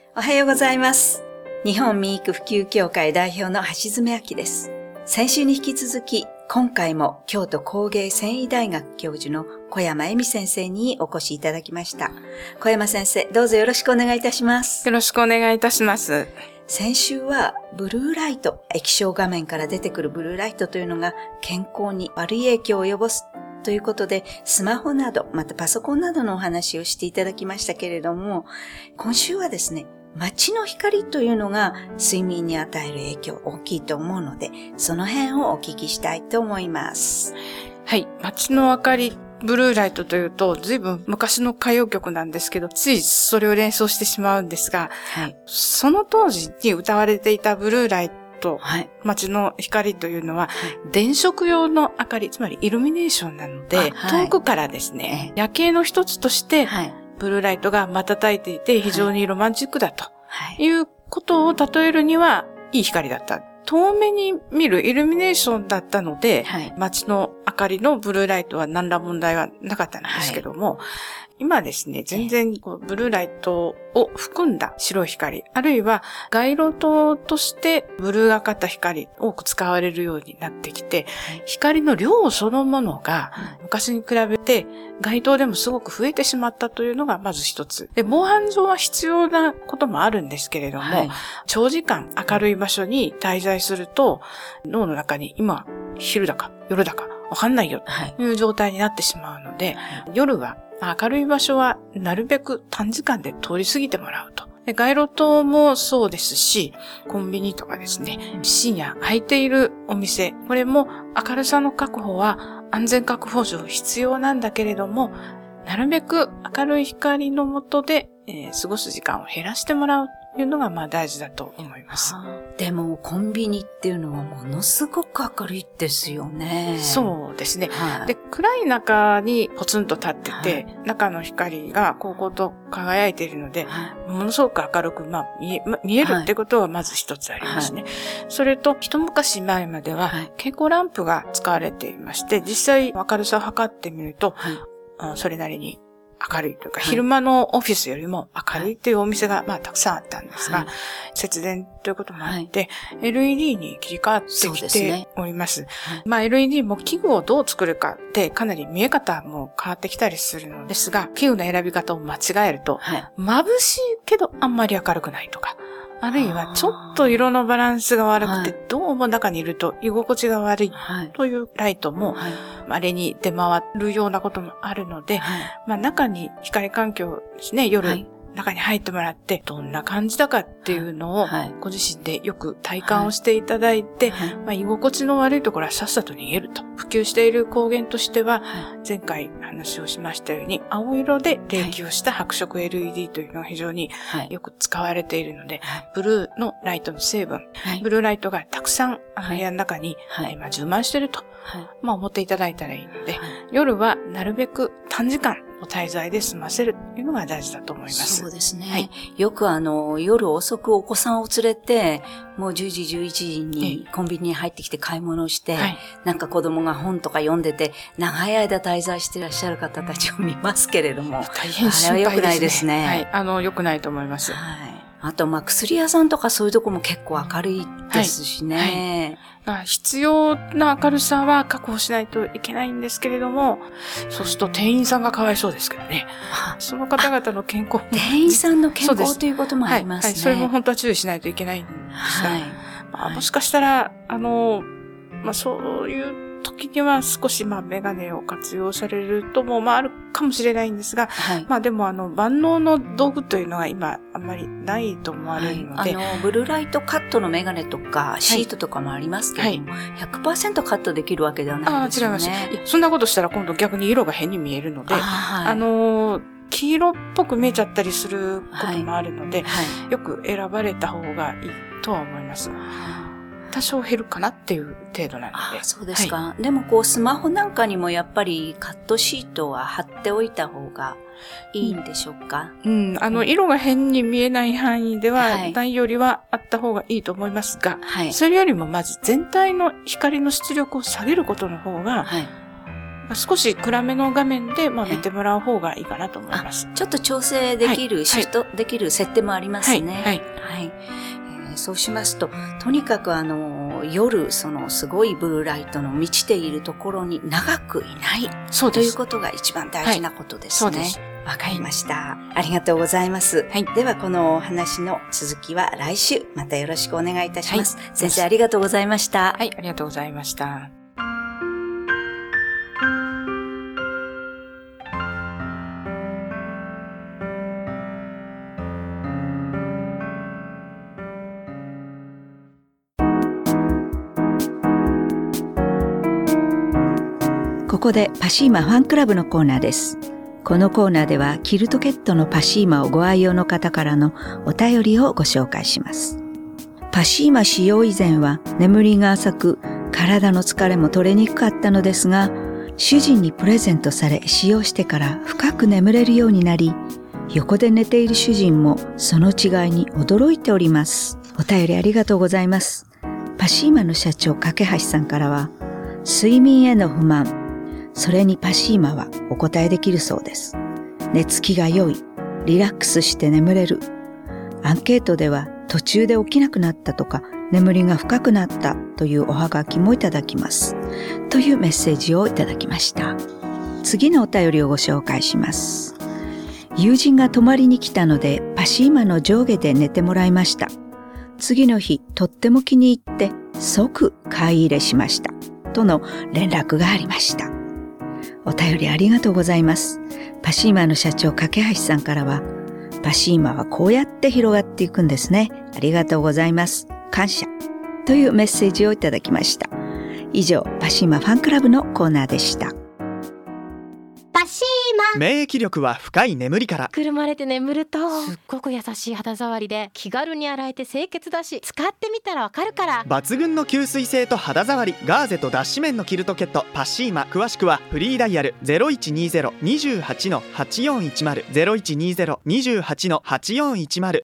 おはようございます。日本民育普及協会代表の橋爪明です。先週に引き続き、今回も京都工芸繊維大学教授の小山恵美先生にお越しいただきました。小山先生、どうぞよろしくお願いいたします。 よろしくお願いいたします。 先週はブルーライト、液晶画面から出てくるブルーライトというのが健康に悪い影響を及ぼすということで、スマホなど、またパソコンなどのお話をしていただきましたけれども、今週はですね、街の光というのが睡眠に与える影響大きいと思うので、その辺をお聞きしたいと思います。 はい。街の明かり、ブルーライトというと、随分昔の歌謡曲なんですけど、ついそれを連想してしまうんですが、はい、その当時に歌われていたブルーライト、はい、街の光というのは、はい、電飾用の明かり、つまりイルミネーションなので、はい、遠くからですね、夜景の一つとして、はい、ブルーライトが瞬いていて非常にロマンチックだということを例えるにはいい光だった。遠目に見るイルミネーションだったので、はい、街の明かりのブルーライトは何ら問題はなかったんですけども、はい、今ですね、全然ブルーライトを含んだ白い光、あるいは街路灯としてブルーがかった光多く使われるようになってきて、光の量そのものが昔に比べて街灯でもすごく増えてしまったというのがまず一つ。で、防犯上は必要なこともあるんですけれども、はい、長時間明るい場所に滞在すると脳の中に今昼だか夜だかわかんないよという状態になってしまうので、夜は明るい場所はなるべく短時間で通り過ぎてもらうと。で、街路灯もそうですし、コンビニとかですね、深夜空いているお店、これも明るさの確保は安全確保上必要なんだけれども、なるべく明るい光の下で、過ごす時間を減らしてもらうというのが大事だと思います。 でもコンビニっていうのはものすごく明るいですよね。 そうですね。はい、で、暗い中にポツンと立ってて、はい、中の光がこうこうと輝いているので、はい、ものすごく明るく、見えるってことはまず一つありますね。はい、それと、一昔前までは蛍光ランプが使われていまして、実際明るさを測ってみると、はい、それなりに明るいというか、はい、昼間のオフィスよりも明るいというお店がたくさんあったんですが、はい、節電ということもあって、はい、LED に切り替わってきております。はい、LED も器具をどう作るかってかなり見え方も変わってきたりするのですが、器具の選び方を間違えると、はい、眩しいけどあんまり明るくないとか、あるいはちょっと色のバランスが悪くて、どうも中にいると居心地が悪いというライトも稀に出回るようなこともあるので、中に光環境ですね、夜、中に入ってもらって、どんな感じだかっていうのを、ご自身でよく体感をしていただいて、居心地の悪いところはさっさと逃げると。普及している光源としては、前回話をしましたように、青色で冷気をした白色 LED というのが非常によく使われているので、ブルーのライトの成分、ブルーライトがたくさん部屋の中に今充満していると、思っていただいたらいいので、夜はなるべく短時間、滞在で済ませるというのが大事だと思います。 そうですね。はい、よく夜遅くお子さんを連れて、もう10時、11時にコンビニに入ってきて買い物をして、なんか子供が本とか読んでて、長い間滞在していらっしゃる方たちを見ますけれども、 大変心配ですね。 あれは良くないですね。 はい。良くないと思います。 はい。あと、薬屋さんとかそういうとこも結構明るいですしね。 必要な明るさは確保しないといけないんですけれども、そうすると店員さんがかわいそうですけどね。その方々の健康。 店員さんの健康ということもありますね。 それも本当は注意しないといけないんですが、もしかしたら、そういう時には少しメガネを活用されるともあるかもしれないんですが、でも万能の道具というのは今あんまりないと思われるので、 ブルーライトカットのメガネとかシートとかもありますけれども、100% カットできるわけではないですよね。 違います。そんなことしたら今度逆に色が変に見えるので、黄色っぽく見えちゃったりすることもあるので、よく選ばれた方がいいとは思います。多少減るかなっていう程度なので。 そうですか。でもスマホなんかにもやっぱりカットシートは貼っておいた方がいいんでしょうか？ 色が変に見えない範囲では、ないよりはあった方がいいと思いますが、それよりもまず全体の光の出力を下げることの方が、 少し暗めの画面で、見てもらう方がいいかなと思います。 ちょっと調整できる、シフトできる設定もありますね。 はい。 そうしますと、とにかく夜、すごいブルーライトの満ちているところに長くいないということが一番大事なことですね。 そうです。 わかりました。ありがとうございます。では、このお話の続きは来週、またよろしくお願いいたします。先生、ありがとうございました。 はい、ありがとうございました。 ここでパシーマファンクラブのコーナーです。このコーナーではキルトケットのパシーマをご愛用の方からのお便りをご紹介します。パシーマ使用以前は眠りが浅く体の疲れも取れにくかったのですが、主人にプレゼントされ使用してから深く眠れるようになり、横で寝ている主人もその違いに驚いております。お便りありがとうございます。パシーマの社長架橋さんからは、睡眠への不満、それにパシーマはお答えできるそうです。寝つきが良い、リラックスして眠れる。アンケートでは途中で起きなくなったとか、眠りが深くなったというおはがきもいただきます。というメッセージをいただきました。次のお便りをご紹介します。友人が泊まりに来たのでパシーマの上下で寝てもらいました。次の日、とっても気に入って即買い入れしました。との連絡がありました。お便りありがとうございます。パシーマの社長架橋さんからは、パシーマはこうやって広がっていくんですね。ありがとうございます。感謝。というメッセージをいただきました。以上、パシーマファンクラブのコーナーでした。 パシーマ。 免疫力は深い眠りから。 くるまれて眠るとすっごく優しい肌触りで気軽に洗えて清潔だし、使ってみたらわかるから。 抜群の吸水性と肌触り、ガーゼと脱脂綿のキルトケットパシーマ。詳しくはフリーダイヤル 0120-28-8410 0120-28-8410